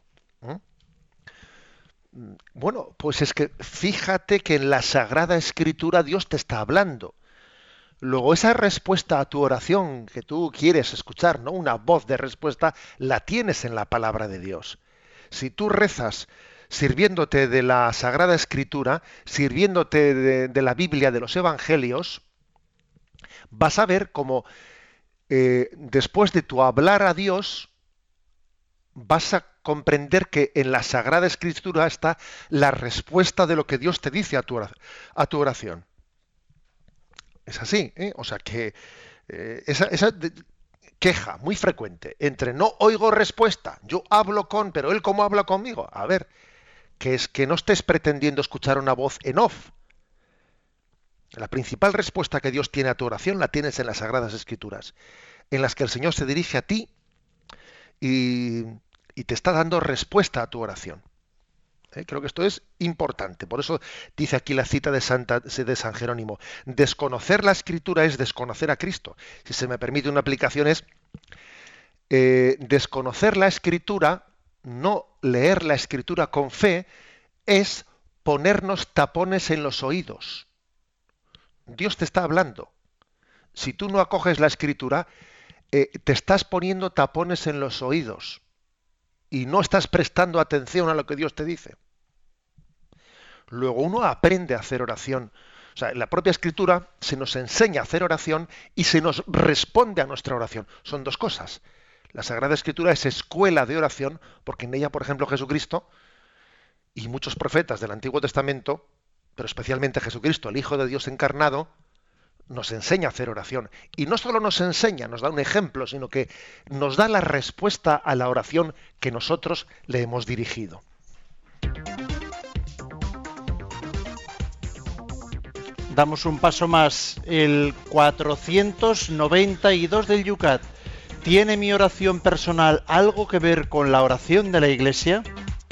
Bueno, pues es que fíjate que en la Sagrada Escritura Dios te está hablando. Luego esa respuesta a tu oración que tú quieres escuchar, ¿no?, una voz de respuesta, la tienes en la palabra de Dios. Si tú rezas sirviéndote de la Sagrada Escritura, sirviéndote de la Biblia, de los Evangelios, vas a ver cómo después de tu hablar a Dios, vas a comprender que en la Sagrada Escritura está la respuesta de lo que Dios te dice a tu oración. Es así, ¿eh? O sea que esa queja muy frecuente entre no oigo respuesta, yo hablo pero Él cómo habla conmigo. A ver, que es que no estés pretendiendo escuchar una voz en off. La principal respuesta que Dios tiene a tu oración la tienes en las Sagradas Escrituras. en las que el Señor se dirige a ti y te está dando respuesta a tu oración. Creo que esto es importante. Por eso dice aquí la cita de San Jerónimo: desconocer la Escritura es desconocer a Cristo. Si se me permite una aplicación, es desconocer la Escritura, no leer la Escritura con fe, es ponernos tapones en los oídos. Dios te está hablando. Si tú no acoges la Escritura, te estás poniendo tapones en los oídos y no estás prestando atención a lo que Dios te dice. Luego uno aprende a hacer oración. O sea, en la propia Escritura se nos enseña a hacer oración y se nos responde a nuestra oración. Son dos cosas. La Sagrada Escritura es escuela de oración, porque en ella, por ejemplo, Jesucristo y muchos profetas del Antiguo Testamento, pero especialmente Jesucristo, el Hijo de Dios encarnado, nos enseña a hacer oración. Y no solo nos enseña, nos da un ejemplo, sino que nos da la respuesta a la oración que nosotros le hemos dirigido. Damos un paso más. El 492 del Yucat. ¿Tiene mi oración personal algo que ver con la oración de la Iglesia?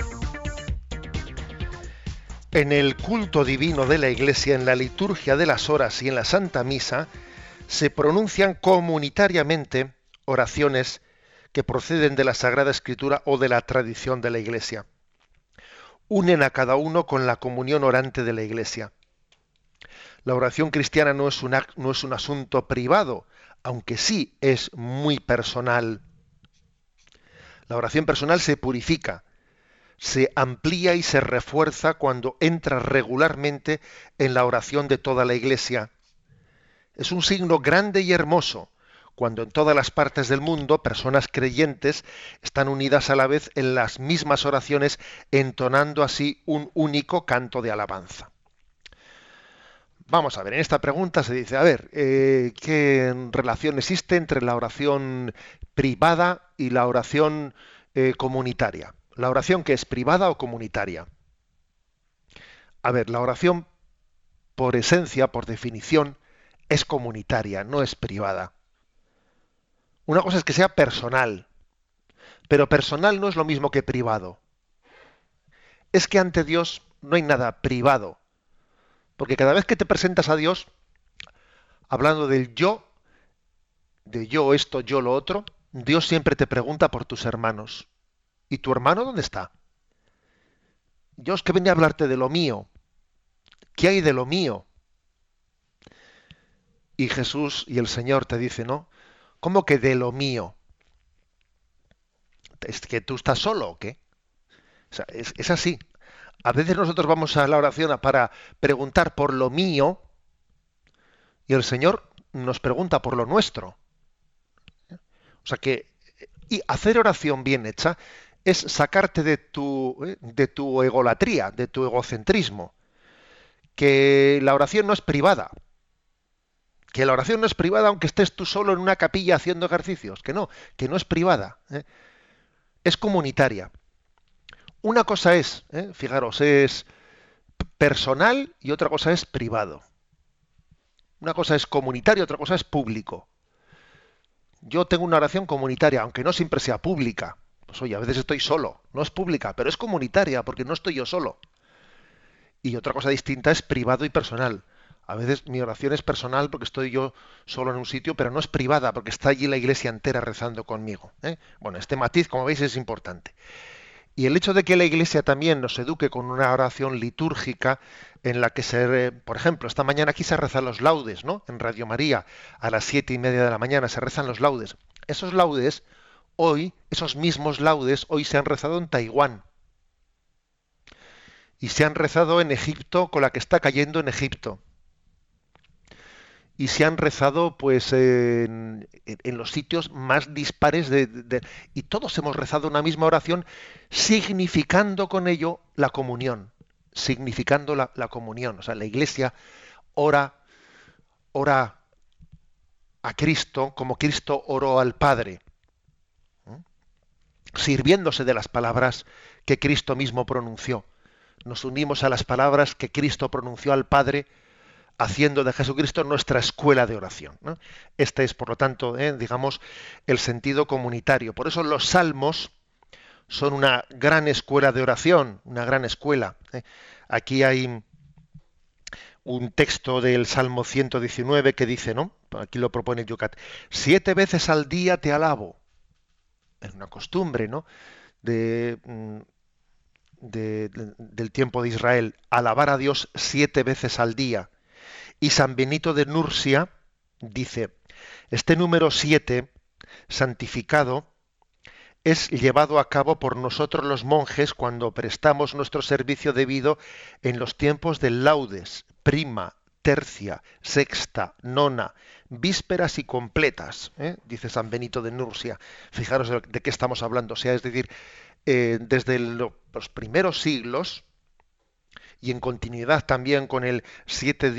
En el culto divino de la Iglesia, en la liturgia de las horas y en la Santa Misa, se pronuncian comunitariamente oraciones que proceden de la Sagrada Escritura o de la tradición de la Iglesia. Unen a cada uno con la comunión orante de la Iglesia. La oración cristiana no es un asunto privado, aunque sí es muy personal. La oración personal se purifica, se amplía y se refuerza cuando entra regularmente en la oración de toda la Iglesia. Es un signo grande y hermoso cuando en todas las partes del mundo personas creyentes están unidas a la vez en las mismas oraciones, entonando así un único canto de alabanza. Vamos a ver, en esta pregunta se dice, ¿qué relación existe entre la oración privada y la oración comunitaria? ¿La oración que es privada o comunitaria? A ver, la oración por esencia, por definición, es comunitaria, no es privada. Una cosa es que sea personal, pero personal no es lo mismo que privado. Es que ante Dios no hay nada privado, porque cada vez que te presentas a Dios, hablando del yo, de yo esto, yo lo otro, Dios siempre te pregunta por tus hermanos. ¿Y tu hermano dónde está? Yo es que venía a hablarte de lo mío. ¿Qué hay de lo mío? Y Jesús y el Señor te dicen, ¿no? ¿Cómo que de lo mío? ¿Es que tú estás solo o qué? O sea, es así. A veces nosotros vamos a la oración para preguntar por lo mío y el Señor nos pregunta por lo nuestro. O sea que y hacer oración bien hecha es sacarte de tu egolatría, de tu egocentrismo. Que la oración no es privada. Que la oración no es privada aunque estés tú solo en una capilla haciendo ejercicios. Que no es privada. Es comunitaria. Una cosa es, fijaros, es personal y otra cosa es privado. Una cosa es comunitaria, otra cosa es público. Yo tengo una oración comunitaria, aunque no siempre sea pública. Pues oye, a veces estoy solo, no es pública, pero es comunitaria porque no estoy yo solo. Y otra cosa distinta es privado y personal. A veces mi oración es personal porque estoy yo solo en un sitio, pero no es privada porque está allí la iglesia entera rezando conmigo. Bueno, este matiz, como veis, es importante. Y el hecho de que la Iglesia también nos eduque con una oración litúrgica en la que por ejemplo, esta mañana aquí se rezan los laudes, ¿no? En Radio María, a las 7:30 de la mañana se rezan los laudes. Esos laudes, esos mismos laudes, hoy se han rezado en Taiwán. Y se han rezado en Egipto con la que está cayendo en Egipto. Y se han rezado pues en los sitios más dispares y todos hemos rezado una misma oración significando con ello la comunión, significando la comunión. O sea, la Iglesia ora a Cristo como Cristo oró al Padre, sirviéndose de las palabras que Cristo mismo pronunció. Nos unimos a las palabras que Cristo pronunció al Padre haciendo de Jesucristo nuestra escuela de oración, ¿no? Este es, por lo tanto, digamos, el sentido comunitario. Por eso los salmos son una gran escuela de oración, una gran escuela. Aquí hay un texto del Salmo 119 que dice, ¿no? Aquí lo propone Yucat: 7 veces al día te alabo. Es una costumbre, ¿no?, del tiempo de Israel, alabar a Dios 7 veces al día. Y San Benito de Nursia dice: este número 7, santificado, es llevado a cabo por nosotros los monjes cuando prestamos nuestro servicio debido en los tiempos de laudes, prima, tercia, sexta, nona, vísperas y completas, dice San Benito de Nursia. Fijaros de qué estamos hablando. O sea, es decir, desde los primeros siglos, y en continuidad también con el 7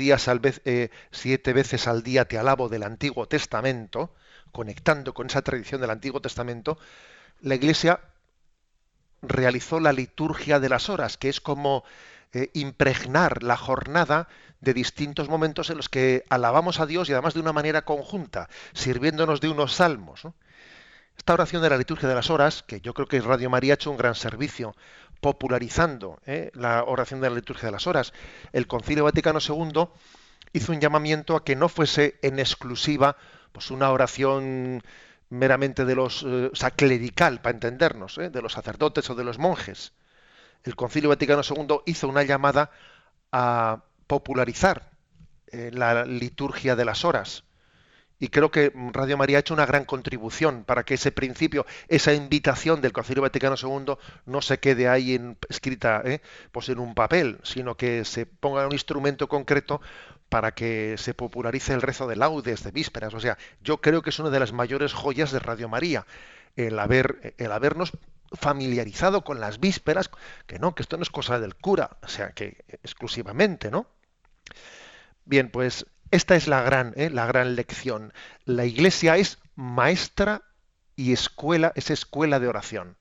veces al día te alabo del Antiguo Testamento, conectando con esa tradición del Antiguo Testamento, la Iglesia realizó la liturgia de las horas, que es como impregnar la jornada de distintos momentos en los que alabamos a Dios, y además de una manera conjunta, sirviéndonos de unos salmos, ¿no? Esta oración de la liturgia de las horas, que yo creo que Radio María ha hecho un gran servicio popularizando la oración de la liturgia de las horas. El Concilio Vaticano II hizo un llamamiento a que no fuese en exclusiva pues una oración meramente de los, o sea, clerical, para entendernos, de los sacerdotes o de los monjes. El Concilio Vaticano II hizo una llamada a popularizar la liturgia de las horas. Y creo que Radio María ha hecho una gran contribución para que ese principio, esa invitación del Concilio Vaticano II no se quede ahí escrita pues en un papel, sino que se ponga un instrumento concreto para que se popularice el rezo de laudes, de vísperas. O sea, yo creo que es una de las mayores joyas de Radio María, el habernos familiarizado con las vísperas, que esto no es cosa del cura, o sea, que exclusivamente, ¿no? Bien, pues esta es la gran lección. La Iglesia es maestra y escuela, es escuela de oración.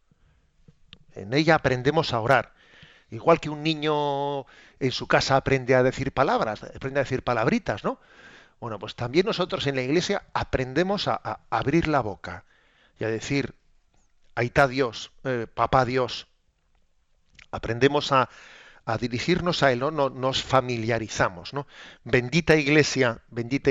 En ella aprendemos a orar. Igual que un niño en su casa aprende a decir palabras, aprende a decir palabritas, ¿no? Bueno, pues también nosotros en la Iglesia aprendemos a abrir la boca y a decir: ahí está Dios, papá Dios. Aprendemos a dirigirnos a Él, ¿no? Nos familiarizamos, ¿no? Bendita Iglesia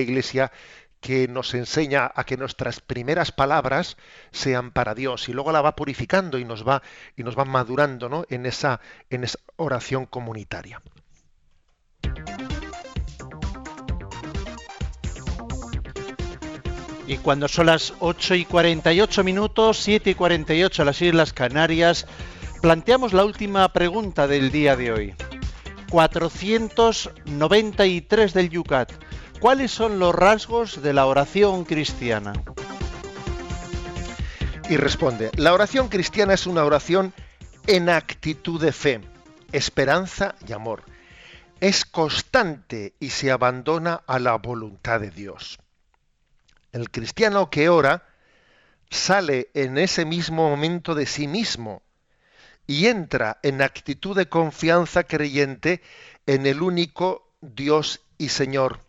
que nos enseña a que nuestras primeras palabras sean para Dios, y luego la va purificando y nos va madurando, ¿no?, en esa oración comunitaria. Y cuando son las 8:48, 7:48 a las Islas Canarias, planteamos la última pregunta del día de hoy. 493 del Yucat. ¿Cuáles son los rasgos de la oración cristiana? Y responde: la oración cristiana es una oración en actitud de fe, esperanza y amor. Es constante y se abandona a la voluntad de Dios. El cristiano que ora sale en ese mismo momento de sí mismo y entra en actitud de confianza creyente en el único Dios y Señor.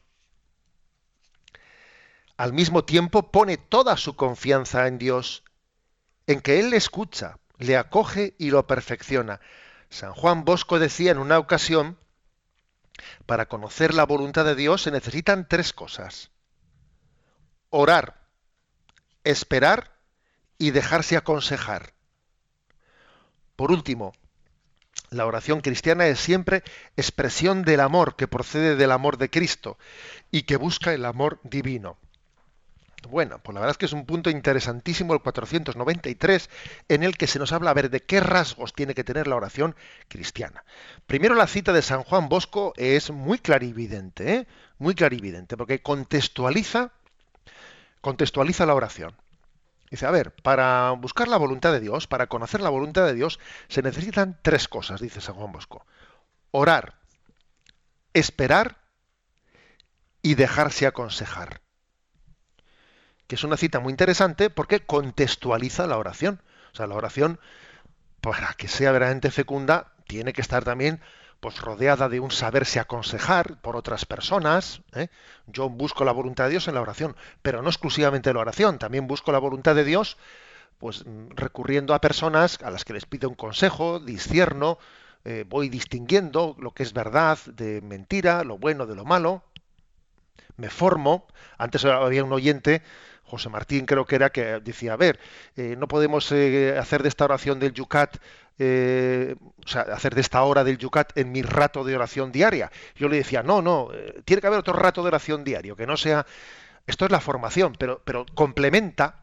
Al mismo tiempo pone toda su confianza en Dios, en que Él le escucha, le acoge y lo perfecciona. San Juan Bosco decía en una ocasión: para conocer la voluntad de Dios se necesitan 3 cosas: orar, esperar y dejarse aconsejar. Por último, la oración cristiana es siempre expresión del amor que procede del amor de Cristo y que busca el amor divino. Bueno, pues la verdad es que es un punto interesantísimo el 493, en el que se nos habla, a ver, de qué rasgos tiene que tener la oración cristiana. Primero, la cita de San Juan Bosco es muy clarividente, muy clarividente, porque contextualiza la oración. Dice: a ver, para buscar la voluntad de Dios, para conocer la voluntad de Dios, se necesitan 3 cosas, dice San Juan Bosco: orar, esperar y dejarse aconsejar. Que es una cita muy interesante porque contextualiza la oración. O sea, la oración, para que sea verdaderamente fecunda, tiene que estar también pues rodeada de un saberse aconsejar por otras personas. Yo busco la voluntad de Dios en la oración, pero no exclusivamente en la oración, también busco la voluntad de Dios pues recurriendo a personas a las que les pido un consejo, discierno, voy distinguiendo lo que es verdad de mentira, lo bueno de lo malo, me formo. Antes había un oyente, José Martín creo que era, que decía, a ver, no podemos hacer de esta oración del Yucat, hacer de esta hora del Yucat en mi rato de oración diaria. Yo le decía, no, tiene que haber otro rato de oración diario, que no sea, esto es la formación, pero complementa,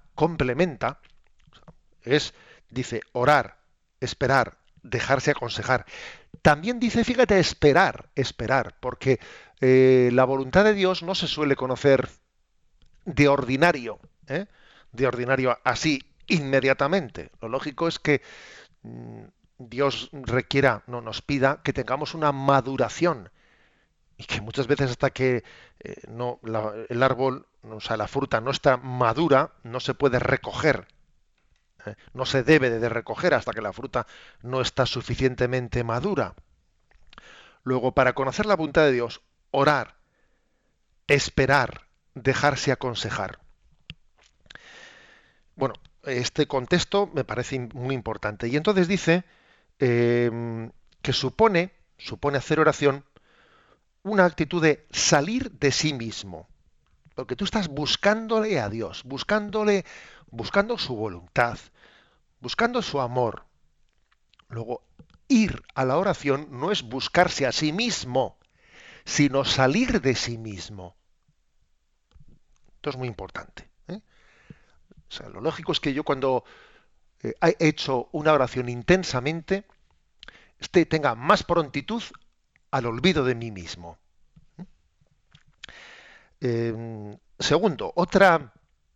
dice, orar, esperar, dejarse aconsejar. También dice, fíjate, esperar, porque la voluntad de Dios no se suele conocer de ordinario así, inmediatamente. Lo lógico es que Dios nos pida que tengamos una maduración, y que muchas veces hasta que el árbol, la fruta no está madura, no se puede recoger. No se debe de recoger hasta que la fruta no está suficientemente madura. Luego, para conocer la voluntad de Dios, orar, esperar, dejarse aconsejar. Bueno, este contexto me parece muy importante. Y entonces dice que supone hacer oración una actitud de salir de sí mismo. Porque tú estás buscándole a Dios, buscando su voluntad, buscando su amor. Luego, ir a la oración no es buscarse a sí mismo, sino salir de sí mismo. Esto es muy importante. Lo lógico es que yo cuando he hecho una oración intensamente, tenga más prontitud al olvido de mí mismo. Segundo, otra,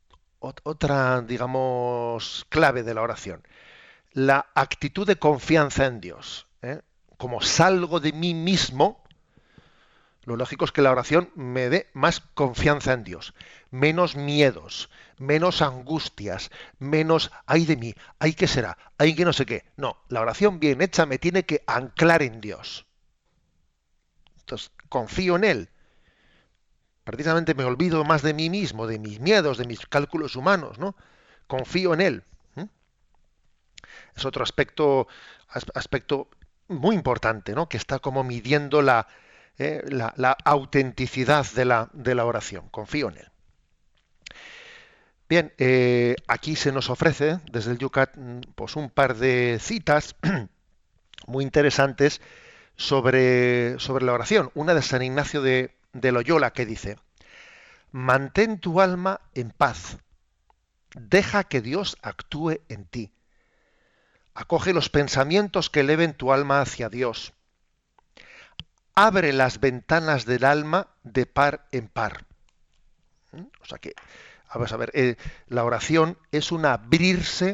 digamos, clave de la oración, la actitud de confianza en Dios. Como salgo de mí mismo, lo lógico es que la oración me dé más confianza en Dios, menos miedos, menos angustias, menos ay de mí, ay qué será, ay que no sé qué. No, la oración bien hecha me tiene que anclar en Dios. Entonces, confío en Él. Precisamente me olvido más de mí mismo, de mis miedos, de mis cálculos humanos, ¿no? Confío en Él. Es otro aspecto muy importante, ¿no? Que está como midiendo la autenticidad de la oración. Confío en Él. Bien, aquí se nos ofrece desde el Yucat pues un par de citas muy interesantes sobre la oración. Una de San Ignacio de Loyola, que dice: mantén tu alma en paz, deja que Dios actúe en ti, acoge los pensamientos que eleven tu alma hacia Dios, abre las ventanas del alma de par en par. O sea que, vamos a ver, la oración es un abrirse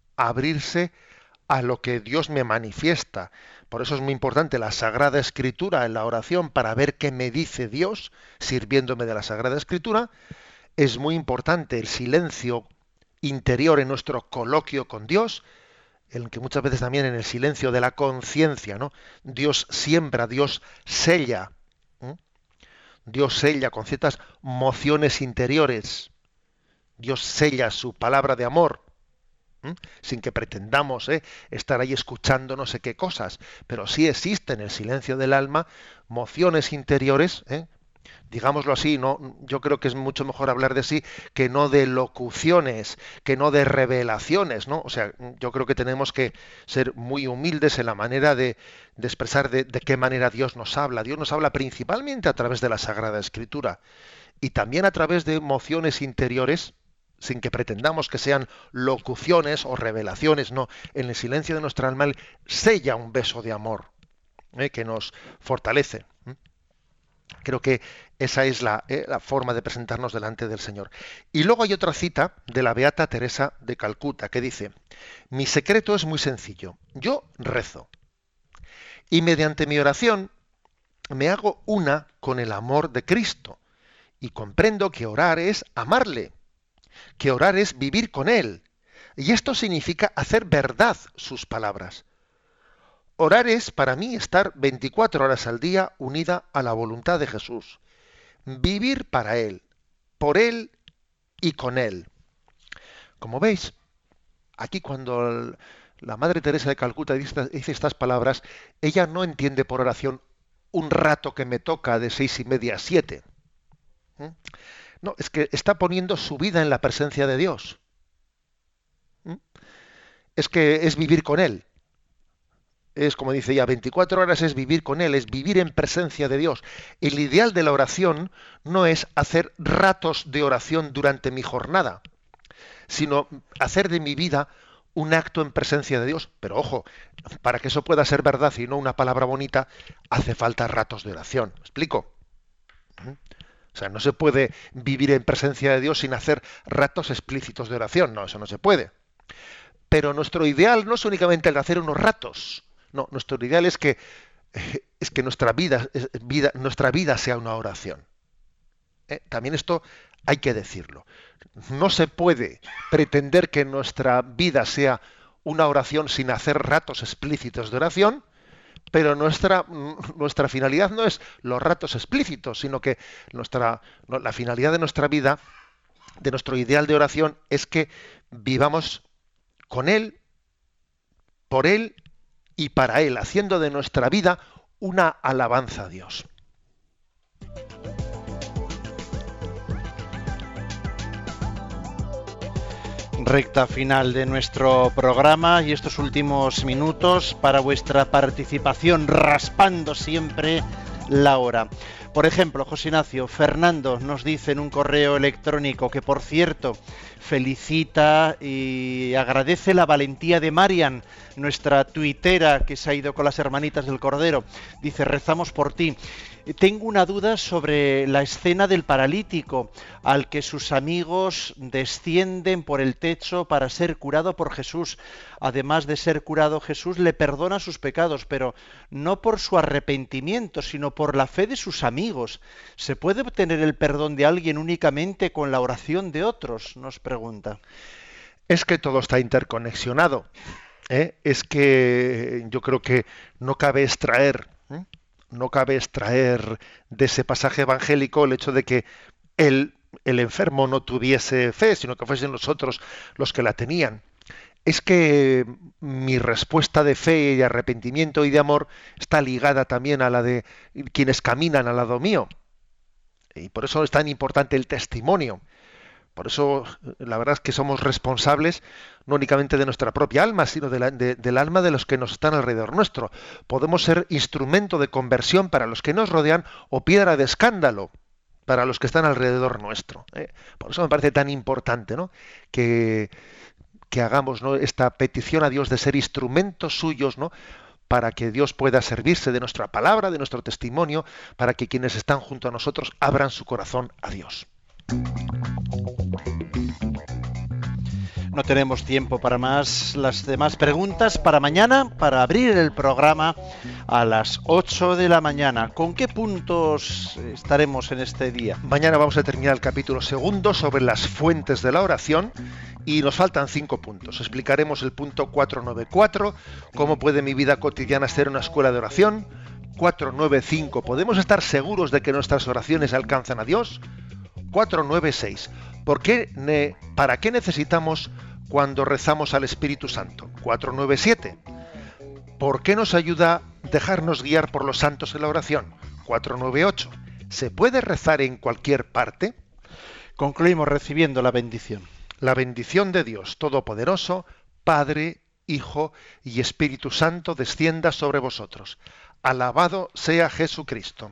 a lo que Dios me manifiesta. Por eso es muy importante la Sagrada Escritura en la oración, para ver qué me dice Dios, sirviéndome de la Sagrada Escritura. Es muy importante el silencio interior en nuestro coloquio con Dios, en el que muchas veces también en el silencio de la conciencia, ¿no? Dios siembra, Dios sella. Dios sella con ciertas mociones interiores. Dios sella su palabra de amor, sin que pretendamos estar ahí escuchando no sé qué cosas, pero sí existen en el silencio del alma mociones interiores, digámoslo así, no, yo creo que es mucho mejor hablar de sí que no de locuciones, que no de revelaciones, ¿no? O sea, yo creo que tenemos que ser muy humildes en la manera de expresar de qué manera Dios nos habla. Dios nos habla principalmente a través de la Sagrada Escritura y también a través de mociones interiores, sin que pretendamos que sean locuciones o revelaciones, no. En el silencio de nuestra alma Él sella un beso de amor que nos fortalece. Creo que esa es la forma de presentarnos delante del Señor. Y luego hay otra cita de la Beata Teresa de Calcuta que dice: mi secreto es muy sencillo, yo rezo, y mediante mi oración me hago una con el amor de Cristo, y comprendo que orar es amarle, que orar es vivir con Él, y esto significa hacer verdad sus palabras. Orar es para mí estar 24 horas al día unida a la voluntad de Jesús. Vivir para Él, por Él y con Él. Como veis, aquí cuando la Madre Teresa de Calcuta dice estas palabras, ella no entiende por oración un rato que me toca de 6:30 a 7. No, es que está poniendo su vida en la presencia de Dios. Es que es vivir con Él. Es como dice ella, 24 horas es vivir con Él, es vivir en presencia de Dios. El ideal de la oración no es hacer ratos de oración durante mi jornada, sino hacer de mi vida un acto en presencia de Dios. Pero ojo, para que eso pueda ser verdad y no una palabra bonita, hace falta ratos de oración. ¿Me explico? O sea, no se puede vivir en presencia de Dios sin hacer ratos explícitos de oración. No, eso no se puede. Pero nuestro ideal no es únicamente el de hacer unos ratos. No, nuestro ideal es que nuestra vida sea una oración. También esto hay que decirlo. No se puede pretender que nuestra vida sea una oración sin hacer ratos explícitos de oración, pero nuestra finalidad no es los ratos explícitos, sino que la finalidad de nuestra vida, de nuestro ideal de oración, es que vivamos con Él, por Él y para Él, haciendo de nuestra vida una alabanza a Dios. Recta final de nuestro programa y estos últimos minutos para vuestra participación, raspando siempre la hora. Por ejemplo, José Ignacio, Fernando nos dice en un correo electrónico que, por cierto, felicita y agradece la valentía de Marian, nuestra tuitera que se ha ido con las hermanitas del Cordero. Dice, rezamos por ti. Tengo una duda sobre la escena del paralítico, al que sus amigos descienden por el techo para ser curado por Jesús. Además de ser curado, Jesús le perdona sus pecados, pero no por su arrepentimiento, sino por la fe de sus amigos. ¿Se puede obtener el perdón de alguien únicamente con la oración de otros?, nos pregunta. Es que todo está interconexionado. Es que yo creo que no cabe extraer de ese pasaje evangélico el hecho de que el enfermo no tuviese fe, sino que fuesen nosotros los que la tenían. Es que mi respuesta de fe y de arrepentimiento y de amor está ligada también a la de quienes caminan al lado mío. Y por eso es tan importante el testimonio. Por eso la verdad es que somos responsables no únicamente de nuestra propia alma, sino del alma de los que nos están alrededor nuestro. Podemos ser instrumento de conversión para los que nos rodean o piedra de escándalo para los que están alrededor nuestro. Por eso me parece tan importante, ¿no?, que hagamos, ¿no?, esta petición a Dios de ser instrumentos suyos, ¿no?, para que Dios pueda servirse de nuestra palabra, de nuestro testimonio, para que quienes están junto a nosotros abran su corazón a Dios. No tenemos tiempo para más. Las demás preguntas para mañana, para abrir el programa a las 8 de la mañana. ¿Con qué puntos estaremos en este día? Mañana vamos a terminar el capítulo 2 sobre las fuentes de la oración y nos faltan 5 puntos. Explicaremos el punto 494, cómo puede mi vida cotidiana ser una escuela de oración. 495, ¿podemos estar seguros de que nuestras oraciones alcanzan a Dios? 496, ¿para qué necesitamos cuando rezamos al Espíritu Santo? 497, ¿por qué nos ayuda dejarnos guiar por los santos en la oración? 498, ¿se puede rezar en cualquier parte? Concluimos recibiendo la bendición. La bendición de Dios Todopoderoso, Padre, Hijo y Espíritu Santo, descienda sobre vosotros. Alabado sea Jesucristo.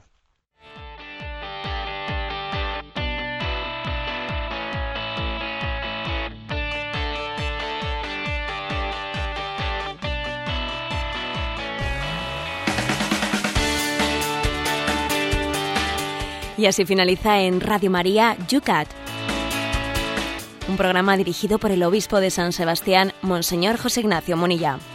Y así finaliza en Radio María Yucat, un programa dirigido por el obispo de San Sebastián, Monseñor José Ignacio Munilla.